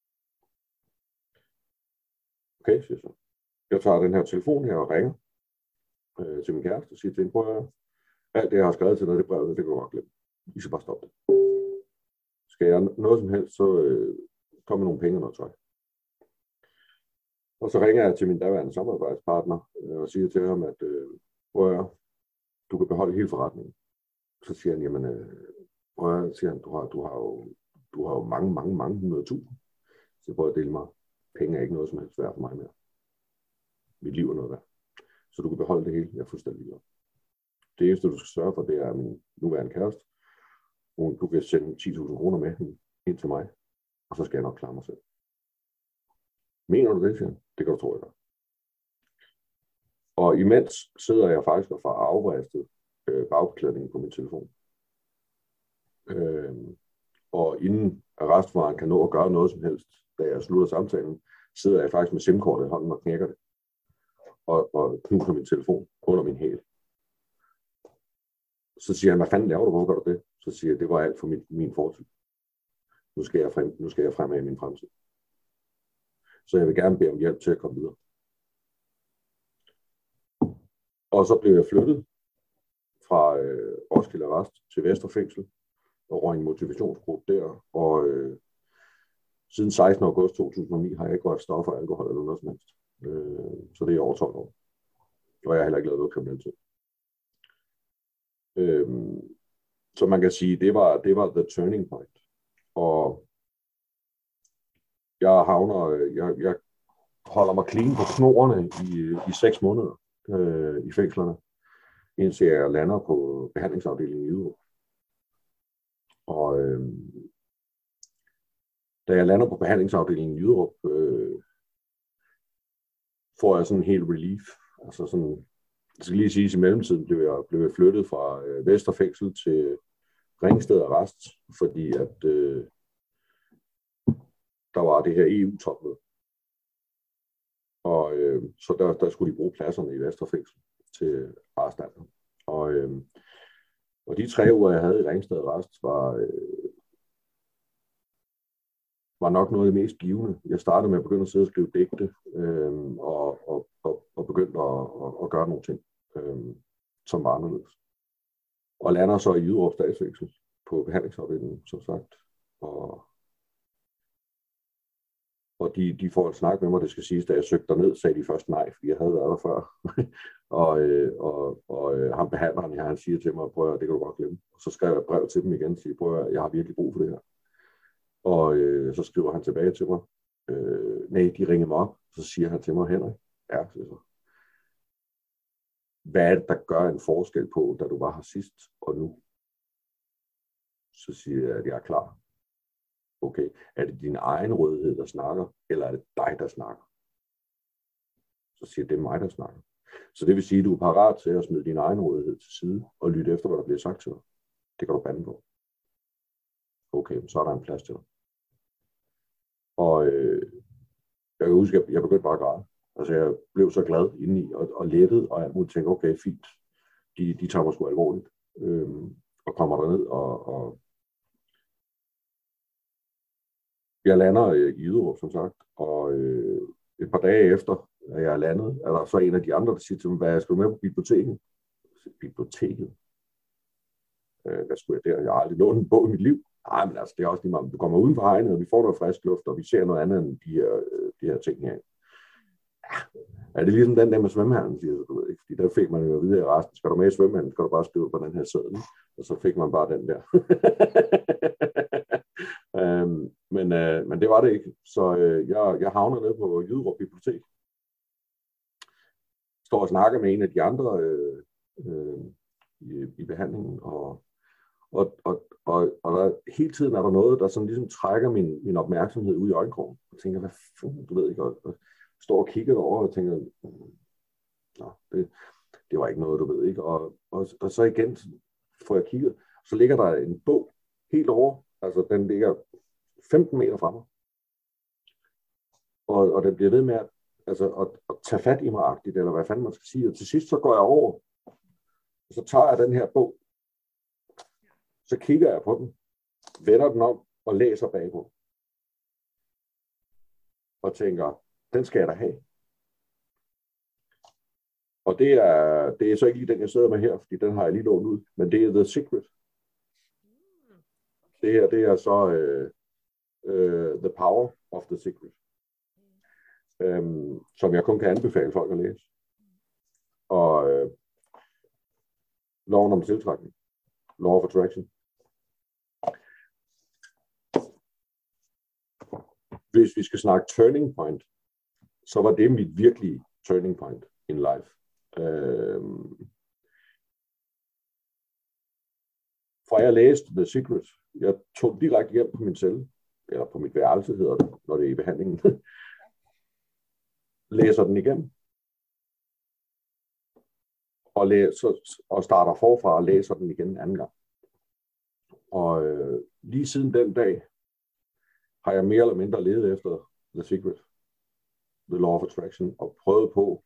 Okay, siger så. Jeg tager den her telefon her og ringer til min kæreste og siger til hende, prøv at alt det, jeg har skrevet til dig, det brev, det kan du godt glemme. I skal bare stoppe det. Skal jeg noget som helst, så kommer nogle penge og noget tøj. Og så ringer jeg til min daværende samarbejdspartner og siger til ham, at prøv at du kan beholde hele forretningen. Så siger han, jamen, siger han, du har jo mange 100.000. Så prøv at dele mig. Penge er ikke noget som helst værd for mig mere. Mit liv er noget værd. Så du kan beholde det hele. Jeg er fuldstændig ligeglad. Det eneste, du skal sørge for, det er min nuværende kæreste. Du kan sende 10.000 kroner med ind til mig, og så skal jeg nok klare mig selv. Mener du det, siger han? Det kan du tro, jeg gør. Og imens sidder jeg faktisk og får afvristet bagbeklædningen på min telefon. Og inden arrestfaren kan nå at gøre noget som helst, da jeg slutter samtalen, sidder jeg faktisk med SIM-kortet i hånden og knækker det. Og knuser min telefon under min hæl. Så siger han, hvad fanden laver du, hvorfor gør du det? Så siger jeg, det var alt for min fortid. Nu skal jeg fremad i min fremtid. Så jeg vil gerne bede om hjælp til at komme videre. Og så blev jeg flyttet fra Roskilde Arrest til Vesterfængsel og røg en motivationsgruppe der. Og siden 16. august 2009 har jeg ikke rørt stoffer, alkohol eller noget som helst. Så det er over 12 år. Og jeg har heller ikke lavet noget kriminalitet. Så man kan sige, det var the turning point. Og jeg holder mig clean på snorene i 6 måneder i fængslerne, indtil jeg lander på behandlingsafdelingen i Jyderup. Og da jeg lander på behandlingsafdelingen i Jyderup, får jeg sådan en helt relief. Altså sådan, jeg skal lige sige, at i mellemtiden blev jeg flyttet fra Vesterfængsel til Ringsted Arrest, fordi at der var det her EU-topmøde. Og så der skulle de bruge pladserne i Vesterfængsel til arrestanter. Og de 3 uger, jeg havde i Ringsted Arrest, var nok noget af det mest givende. Jeg startede med at begynde at sidde og skrive digte, og begyndte at gøre nogle ting, som var anderledes. Og lander så i Jyderup Statsfængsel på behandlingsafdelingen, som sagt. Og de får en snak med mig, det skal siges, da jeg søgte derned, sagde de først nej, fordi jeg havde været der før. og ham behandleren her, han siger til mig, prøv at det kan du godt glemme. Og så skrev jeg et brev til dem igen og siger, prøv at jeg har virkelig brug for det her. Og så skriver han tilbage til mig, nej, de ringer mig op, så siger han til mig, Henrik, ja, så. Hvad er det, der gør en forskel på, da du var her sidst og nu? Så siger jeg, at jeg er klar. Okay, er det din egen rødhed, der snakker, eller er det dig, der snakker? Så siger jeg, det er mig, der snakker. Så det vil sige, at du er parat til at smide din egen rødhed til side og lytte efter, hvad der bliver sagt til dig. Det kan du bande på. Okay, så er der en plads til dig. Og jeg kan huske, at jeg begyndte bare at græde. Altså jeg blev så glad indeni og lettet, og jeg måtte tænke, okay, fint. De tager mig sgu alvorligt. Og kommer derned, og jeg lander i Jyderup, som sagt, og et par dage efter, at jeg er landet, er der så en af de andre, der siger til mig, hvad skal du med på biblioteket? Biblioteket? Hvad skulle jeg der? Jeg har aldrig lånt en bog i mit liv. Nej, men altså, det er også lige meget. Du kommer uden for hegnet, og vi får noget frisk luft, og vi ser noget andet end de her ting her. Ja, er det ligesom den der med svømmehallen, siger du ved ikke? Fordi der fik man jo videre i resten. Skal du med i svømmehallen, skal du bare skrive på den her seddel. Og så fik man bare den der. Men det var det ikke. Så jeg havner nede på Jyderup Bibliotek. Står og snakker med en af de andre i behandlingen, og der, hele tiden er der noget, der sådan ligesom trækker min opmærksomhed ud i øjenkrogen. Jeg tænker, hvad fanden, du ved ikke, og står og kigger derover og tænker, det var ikke noget, du ved ikke. Og så igen får jeg kigget, så ligger der en bog helt over, altså den ligger 15 meter fra mig, og den bliver ved med at tage fat i mig-agtigt, eller hvad fanden man skal sige, og til sidst så går jeg over, og så tager jeg den her bog, så kigger jeg på den, vender den om og læser bagpå, og tænker, den skal jeg da have. Og det er så ikke lige den, jeg sidder med her, fordi den har jeg lige lånt ud, men det er The Secret. Det her, det er så The Power of the Secret, som jeg kun kan anbefale folk at læse. Og loven om tiltrækning, Law of Attraction. Hvis vi skal snakke turning point, så var det mit virkelige turning point in life. Fra jeg læste The Secret, jeg tog direkte hjem på min celle, eller på mit værelse hedder det, når det er i behandlingen, læser den igennem, og starter forfra og læser den igen anden gang. Og lige siden den dag, har jeg mere eller mindre levet efter The Secret, The Law of Attraction, og prøvet på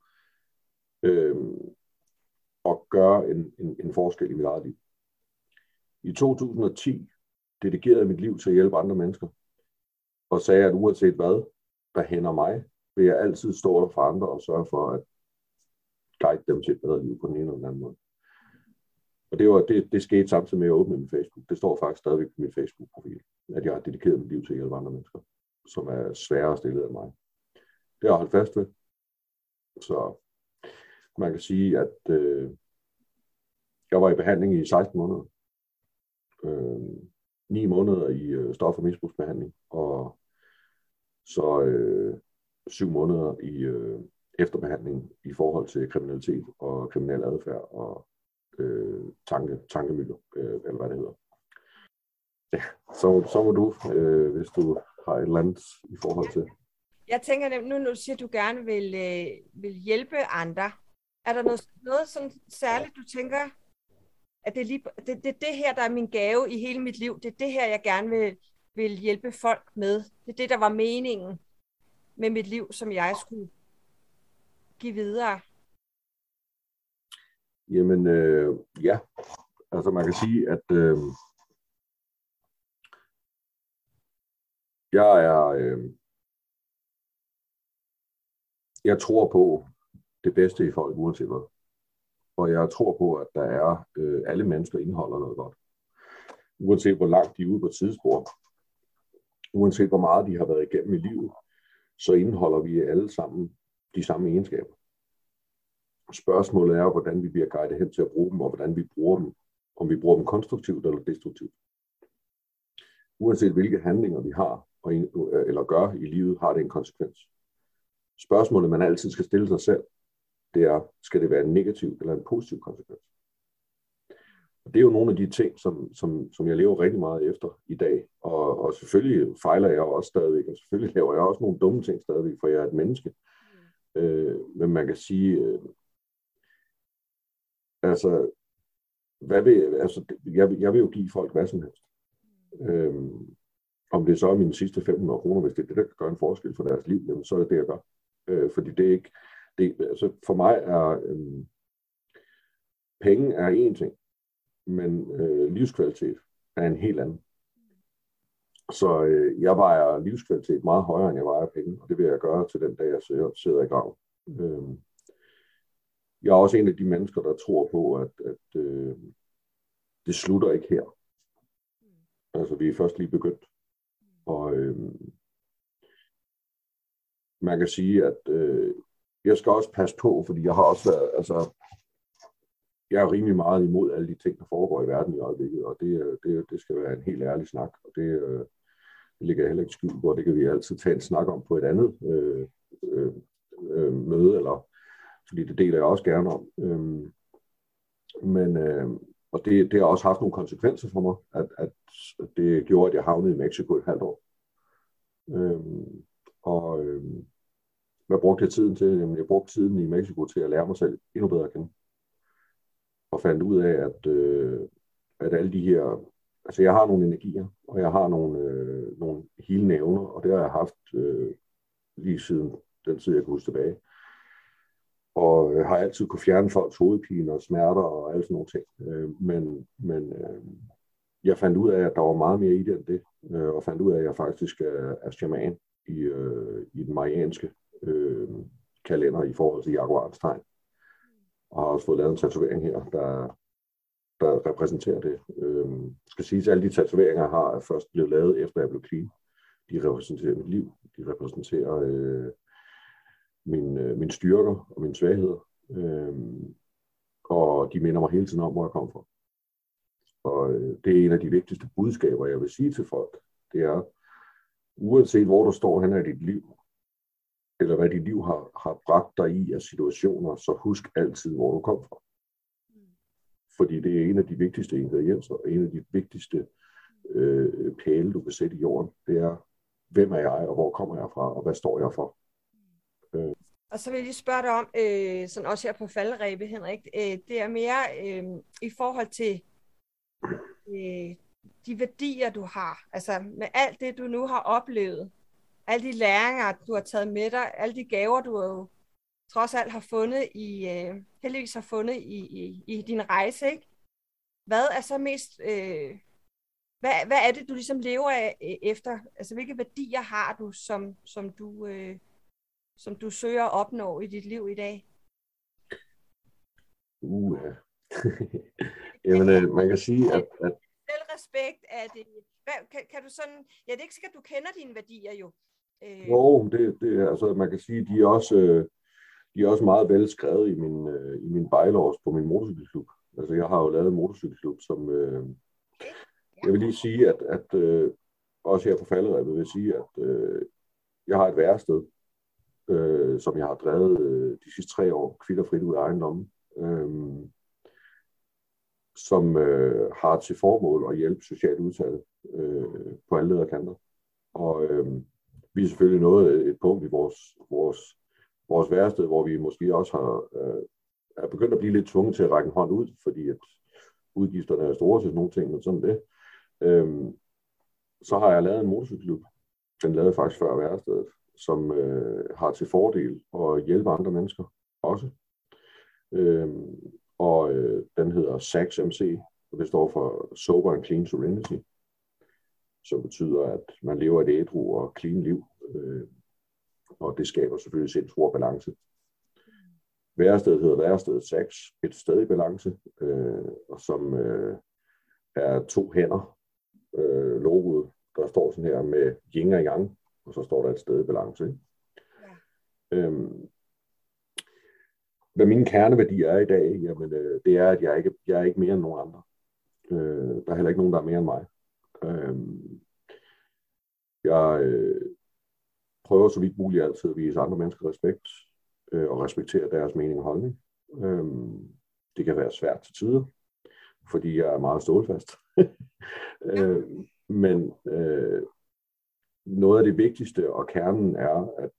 at gøre en forskel i mit eget liv. I 2010 dedikerede jeg mit liv til at hjælpe andre mennesker, og sagde, at uanset hvad der hænder mig, vil jeg altid stå der for andre og sørge for at guide dem til et bedre liv på den ene eller den anden måde. Og det skete samtidig med at åbne min Facebook. Det står faktisk stadigvæk på min Facebook-profil, at jeg har dedikeret mit liv til at hjælpe andre mennesker, som er sværere stillet end mig. Det har jeg holdt fast ved. Så man kan sige, at jeg var i behandling i 16 måneder. 9 måneder i stof- og misbrugsbehandling, og så 7 måneder i efterbehandling i forhold til kriminalitet og kriminel adfærd og tankemylder, eller hvad det hedder. Ja, så må du, hvis du har et eller andet i forhold til.
Jeg tænker nemlig, nu når du siger, at du gerne vil hjælpe andre, er der noget sådan særligt, du tænker, at det er det her, der er min gave i hele mit liv, det er det her, jeg gerne vil hjælpe folk med. Det er det, der var meningen med mit liv, som jeg skulle give videre.
Jamen, ja. Altså man kan sige, at jeg tror på det bedste i folk, uanset hvad. Og jeg tror på, at der er alle mennesker indeholder noget godt. Uanset hvor langt de er ude på tidsspor, uanset hvor meget de har været igennem i livet, så indeholder vi alle sammen de samme egenskaber. Spørgsmålet er, hvordan vi bliver guidet hen til at bruge dem, og hvordan vi bruger dem. Om vi bruger dem konstruktivt eller destruktivt. Uanset hvilke handlinger vi har eller gør i livet, har det en konsekvens. Spørgsmålet, man altid skal stille sig selv, det er, skal det være en negativ eller en positiv konsekvens? Og det er jo nogle af de ting, som jeg lever rigtig meget efter i dag. Og selvfølgelig fejler jeg også stadigvæk, og selvfølgelig laver jeg også nogle dumme ting stadigvæk, for jeg er et menneske. Men man kan sige, jeg vil jo give folk hvad som helst. Om det så er mine sidste 500 kroner, hvis det er det, der kan gøre en forskel for deres liv, jamen, så er det det, jeg gør. Fordi det er ikke, altså for mig er penge er en ting, men livskvalitet er en helt anden. Så jeg vejer livskvalitet meget højere, end jeg vejer penge, og det vil jeg gøre til den dag, jeg sidder i graven. Jeg er også en af de mennesker, der tror på, at det slutter ikke her. Altså, vi er først lige begyndt. Og man kan sige, at jeg skal også passe på, fordi jeg har også været, altså, jeg er rimelig meget imod alle de ting, der foregår i verden i øjeblikket, og det skal være en helt ærlig snak, og det ligger jeg heller ikke skyld på, det kan vi altid tage en snak om på et andet møde, eller fordi det deler jeg også gerne om. Og det har også haft nogle konsekvenser for mig, at det gjorde, at jeg havnede i Mexico et halvt år. Hvad brugte jeg tiden til? Jamen, jeg brugte tiden i Mexico til at lære mig selv endnu bedre at kende. Og fandt ud af, at alle de her, altså jeg har nogle energier, og jeg har nogle healende evner, og det har jeg haft lige siden den tid, jeg kan huske tilbage. Og har altid kunne fjerne folks hovedpine og smerter og alle sådan nogle ting. Men jeg fandt ud af, at der var meget mere i det end det, og fandt ud af, at jeg faktisk er shaman i den marianske kalender i forhold til jaguarens tegn. Og har også fået lavet en tatovering her, der repræsenterer det. Jeg skal sige, at alle de tatoveringer, jeg har, er først blevet lavet, efter jeg blev clean. De repræsenterer mit liv. De repræsenterer mine styrker og mine svagheder. Og de minder mig hele tiden om, hvor jeg kom fra. Og det er en af de vigtigste budskaber, jeg vil sige til folk. Det er, uanset hvor du står hen i dit liv, eller hvad dit liv har bragt dig i af situationer, så husk altid, hvor du kom fra. Fordi det er en af de vigtigste ingredienser, og en af de vigtigste pæle, du kan sætte i jorden. Det er, hvem er jeg, og hvor kommer jeg fra, og hvad står jeg for?
Og så vil jeg lige spørge dig om, sådan også her på falderebet, Henrik, det er mere i forhold til de værdier, du har. Altså med alt det, du nu har oplevet, alle de læringer, du har taget med dig, alle de gaver, du jo trods alt har fundet heldigvis har fundet i din rejse, ikke? Hvad er så mest, hvad er det, du ligesom lever af efter? Altså hvilke værdier har du, som du søger at opnå i dit liv i dag?
Ja. Jamen, man kan sige, at
Selvrespekt er det. Kan du sådan... Ja, det er ikke sikkert, du kender dine værdier jo.
Jo, det altså, man kan sige, de er også meget velskrevet i min bylaws på min motorcykelklub. Altså, jeg har jo lavet en motorcykelklub, som... Jeg vil lige sige, at også her på falderebet vil jeg sige, at jeg har et værested, som jeg har drevet de sidste 3 år, kvitterfrit ud af egen lomme, som har til formål at hjælpe socialt udsatte på alle lederkanter. Og vi er selvfølgelig nået et punkt i vores værested, hvor vi måske også er begyndt at blive lidt tvunget til at række en hånd ud, fordi at udgifterne er store til sådan nogle ting, men sådan det. Så har jeg lavet en motorcykelklub. Den lavede faktisk før værestedet, som har til fordel at hjælpe andre mennesker også. Den hedder SACS-MC, og det står for Sober and Clean Serenity, som betyder, at man lever et ædru og clean liv, og det skaber selvfølgelig sin stor balance. Værestedet hedder Værestedet SACS, et sted i balance, og som er 2 hænder, logoet, der står sådan her med yin og yang, og så står der et sted i balance. Ikke? Ja. Hvad mine kerneværdier er i dag, jamen, det er, at jeg er ikke mere end nogen andre. Der er heller ikke nogen, der er mere end mig. Jeg prøver så vidt muligt altid at vise andre mennesker respekt, og respektere deres mening og holdning. Det kan være svært til tider, fordi jeg er meget stålfast. Men noget af det vigtigste og kernen er, at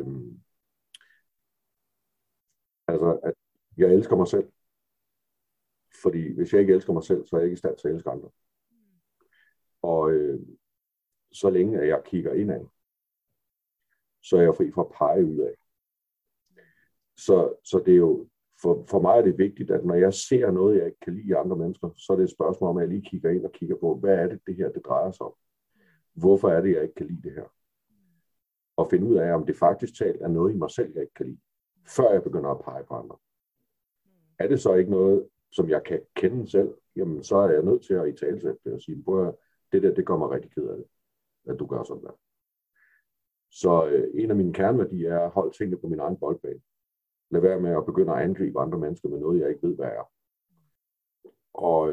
jeg elsker mig selv. Fordi hvis jeg ikke elsker mig selv, så er jeg ikke i stand til at elske andre. Og så længe at jeg kigger indad, så er jeg fri for at pege ud af. Så det er jo, for mig er det vigtigt, at når jeg ser noget, jeg ikke kan lide i andre mennesker, så er det et spørgsmål om, at jeg lige kigger ind og kigger på, hvad er det her, det drejer sig om? Hvorfor er det, jeg ikke kan lide det her? Og finde ud af, om det faktisk talt er noget i mig selv, jeg ikke kan lide, før jeg begynder at pege på andre. Er det så ikke noget, som jeg kan kende selv, jamen så er jeg nødt til at italesætte det og sige, det der, det gør mig rigtig ked af det, at du gør sådan der. Så en af mine kerneværdier er at holde tingene på min egen boldbane. Lad være med at begynde at angribe andre mennesker med noget, jeg ikke ved, hvad er. Og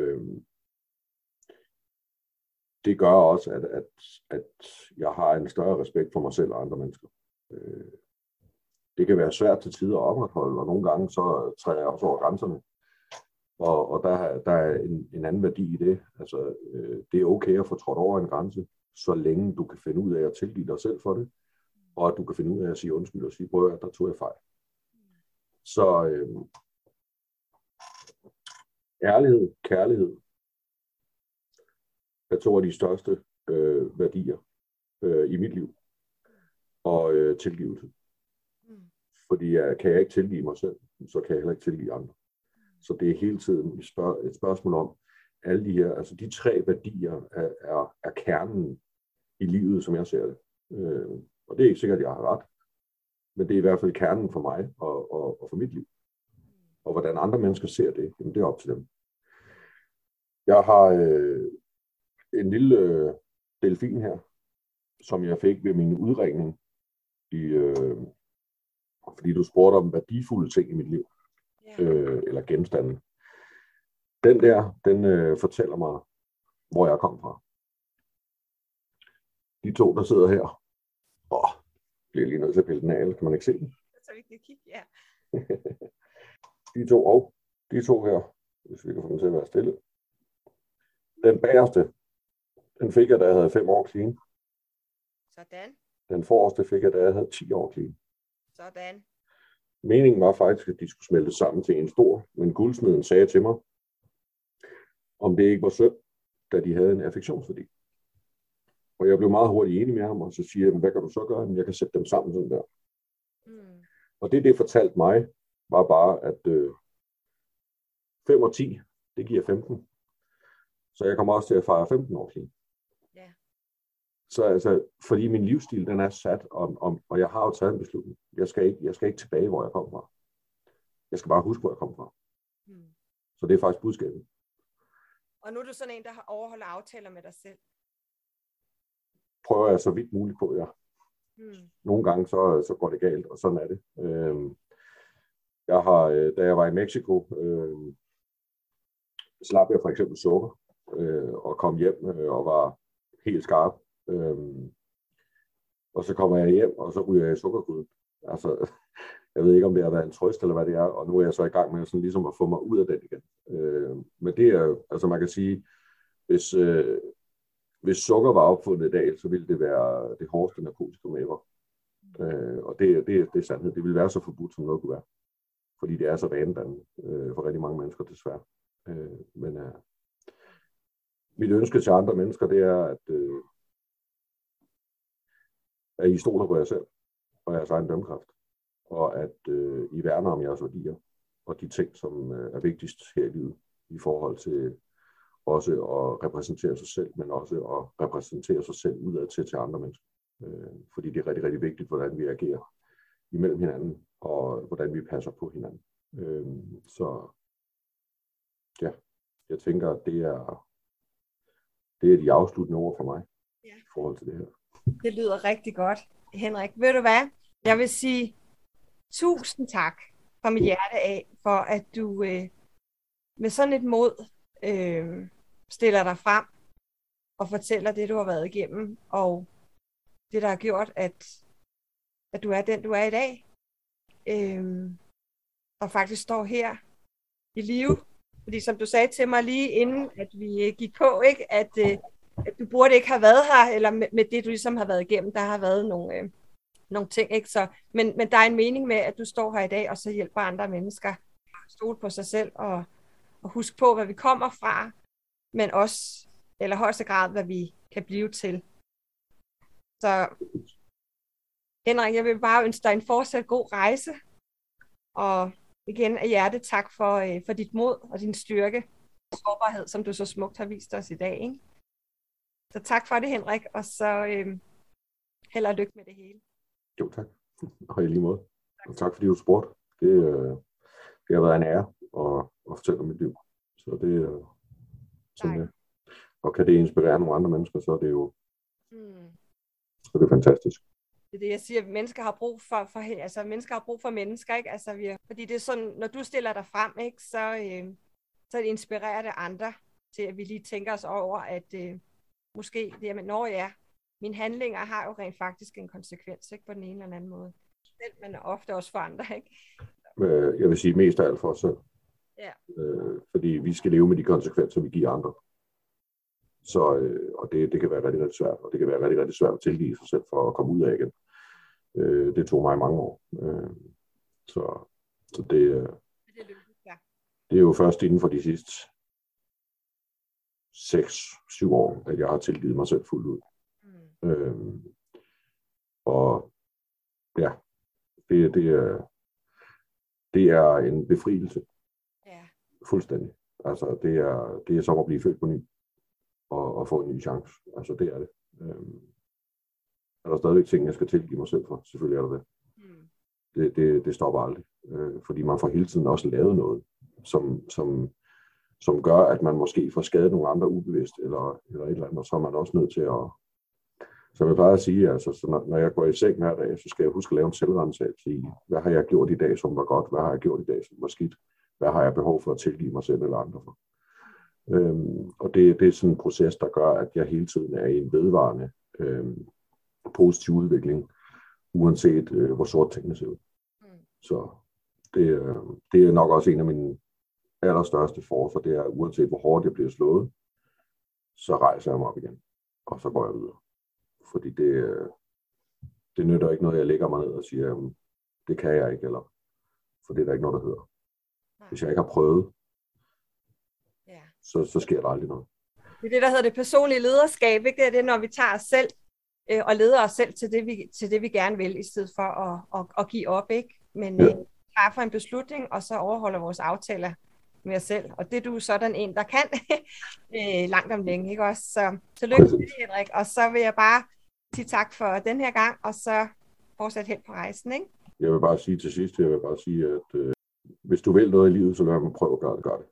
det gør også, at jeg har en større respekt for mig selv og andre mennesker. Det kan være svært til tider at opretholde, og nogle gange så træder jeg også over grænserne. Og der er en anden værdi i det. Altså, det er okay at få trådt over en grænse, så længe du kan finde ud af at tilgive dig selv for det, og at du kan finde ud af at sige undskyld og sige, prøv at der tog jeg fejl. Så ærlighed, kærlighed er to af de største værdier i mit liv. Og tilgivelse. Fordi kan jeg ikke tilgive mig selv, så kan jeg heller ikke tilgive andre. Så det er hele tiden et spørgsmål om, alle de her, altså de 3 værdier er kernen i livet, som jeg ser det. Og det er ikke sikkert, at jeg har ret, men det er i hvert fald kernen for mig og for mit liv. Og hvordan andre mennesker ser det, jamen det er op til dem. Jeg har en lille delfin her, som jeg fik ved min udregning, fordi du spurgte om værdifulde ting i mit liv, eller genstande. Den der, den fortæller mig, hvor jeg kom fra. De 2, der sidder her, bliver lige nødt til at pille den af, kan man ikke se den?
Så vi kan kigge, ja.
de to her, hvis vi kan få den til at være stille. Den bagerste, den fik jeg, da jeg havde 5 år clean.
Sådan.
Den forreste fik jeg, da jeg havde 10 år clean.
Sådan.
Meningen var faktisk, at de skulle smelte sammen til en stor, men guldsmeden sagde til mig, om det ikke var synd, da de havde en affektionsværdi. Og jeg blev meget hurtigt enig med ham, og så siger jeg, hvad kan du så gøre? Jeg kan sætte dem sammen sådan der. Og det fortalte mig, var bare, at 5 og 10, det giver 15. Så jeg kommer også til at fejre 15 år clean.
Ja.
Så altså, fordi min livsstil, den er sat, og jeg har jo taget en beslutning. Jeg skal ikke tilbage, hvor jeg kom fra. Jeg skal bare huske, hvor jeg kom fra. Så det er faktisk budskabet.
Og nu er du sådan en, der overholder aftaler med dig selv.
Prøver jeg så vidt muligt på, ja. Nogle gange så går det galt, og sådan er det. Da jeg var i Mexico, slap jeg for eksempel sukker, og kom hjem og var helt skarp. Og så kommer jeg hjem, og så ryger jeg i sukkergryden. Altså, jeg ved ikke, om det har været en trøst, eller hvad det er, og nu er jeg så i gang med sådan ligesom at få mig ud af den igen. Men det er, altså man kan sige, hvis sukker var opfundet i dag, så ville det være det hårdeste narkotikum ever. Og det er sandhed. Det ville være så forbudt, som noget kunne være. Fordi det er så vanedannende for rigtig mange mennesker, desværre. Men mit ønske til andre mennesker, det er, at I stoler på jer selv og jeres egen dømmekraft. Og at I værner om jeres værdier og de ting, som er vigtigst her i livet i forhold til også at repræsentere sig selv, men også at repræsentere sig selv udad til andre mennesker. Fordi det er rigtig, rigtig vigtigt, hvordan vi agerer imellem hinanden, og hvordan vi passer på hinanden. Så ja, jeg tænker, at det er de afsluttende ord for mig i forhold til det her.
Det lyder rigtig godt, Henrik. Ved du hvad? Jeg vil sige tusind tak fra mit hjerte af, for at du med sådan et mod stiller dig frem og fortæller det, du har været igennem, og det, der har gjort, at du er den, du er i dag, og faktisk står her i live. Fordi som du sagde til mig lige inden, at vi gik på, ikke, at du burde ikke have været her, eller med det, du ligesom har været igennem, der har været nogle ting, ikke? Så, men der er en mening med, at du står her i dag, og så hjælper andre mennesker at stole på sig selv, og huske på, hvad vi kommer fra, men også, eller højeste grad, hvad vi kan blive til. Så Henrik, jeg vil bare ønske dig en fortsat god rejse, og igen af hjerte tak for dit mod og din styrke og sårbarhed, som du så smukt har vist os i dag, ikke? Så tak for det, Henrik, og så held og lykke med det hele.
Jo, tak. Og i lige måde. Og tak fordi du spurgte. Det har været en ære at fortælle om mit liv. Så det er sådan det. Og kan det inspirere nogle andre mennesker, så er det jo så er det fantastisk.
Det er det, jeg siger, mennesker har brug for altså mennesker har brug for mennesker, ikke? Altså fordi det er sådan, når du stiller dig frem, ikke, så inspirerer det andre til, at vi lige tænker os over, at måske det er med, når mine handlinger har jo rent faktisk en konsekvens, ikke, på den ene eller anden måde. Men ofte også for andre, ikke?
Jeg vil sige mest af alt for os selv.
Ja.
Fordi vi skal leve med de konsekvenser, vi giver andre. Så, og det kan være rigtig, rigtig svært, og det kan være rigtig, rigtig svært at tilgive sig selv for at komme ud af igen. Det tog mig mange år. Så det er jo først inden for de sidste 6-7 år, at jeg har tilgivet mig selv fuldt ud. Og ja, det er en befrielse.
Ja.
Fuldstændig. Altså, det er som at blive født på ny og få en ny chance. Altså, det er det. Er der stadigvæk ting, jeg skal tilgive mig selv for? Selvfølgelig er der det. Det stopper aldrig. Fordi man får hele tiden også lavet noget, som gør, at man måske får skadet nogle andre ubevidst, eller et eller andet, og så er man også nødt til at, som jeg plejer at sige, altså, så når jeg går i seng hver dag, så skal jeg huske at lave en selvransagelse i, hvad har jeg gjort i dag, som var godt, hvad har jeg gjort i dag, som var skidt, hvad har jeg behov for at tilgive mig selv eller andre for. Og det er sådan en proces, der gør, at jeg hele tiden er i en vedvarende positiv udvikling, uanset hvor sort tingene ser ud. Så det er nok også en af mine allerstørste forser, det er, uanset hvor hårdt jeg bliver slået, så rejser jeg mig op igen, og så går jeg videre. Fordi det nytter ikke noget, jeg lægger mig ned og siger, det kan jeg ikke, eller for det er der ikke noget, der hedder. Hvis jeg ikke har prøvet, så sker der aldrig noget.
Det er det, der hedder det personlige lederskab, ikke? Det er det, når vi tager os selv og leder os selv til det, vi gerne vil, i stedet for at give op, ikke? Men træffer en beslutning, og så overholder vores aftaler med os selv. Og det er du sådan en, der kan langt om længe, ikke også? Så lykke til det, Henrik. Og så vil jeg bare sige tak for den her gang, og så fortsat held på rejsen, ikke?
Jeg vil bare sige til sidst, at hvis du vil noget i livet, så lad mig prøve at gøre det.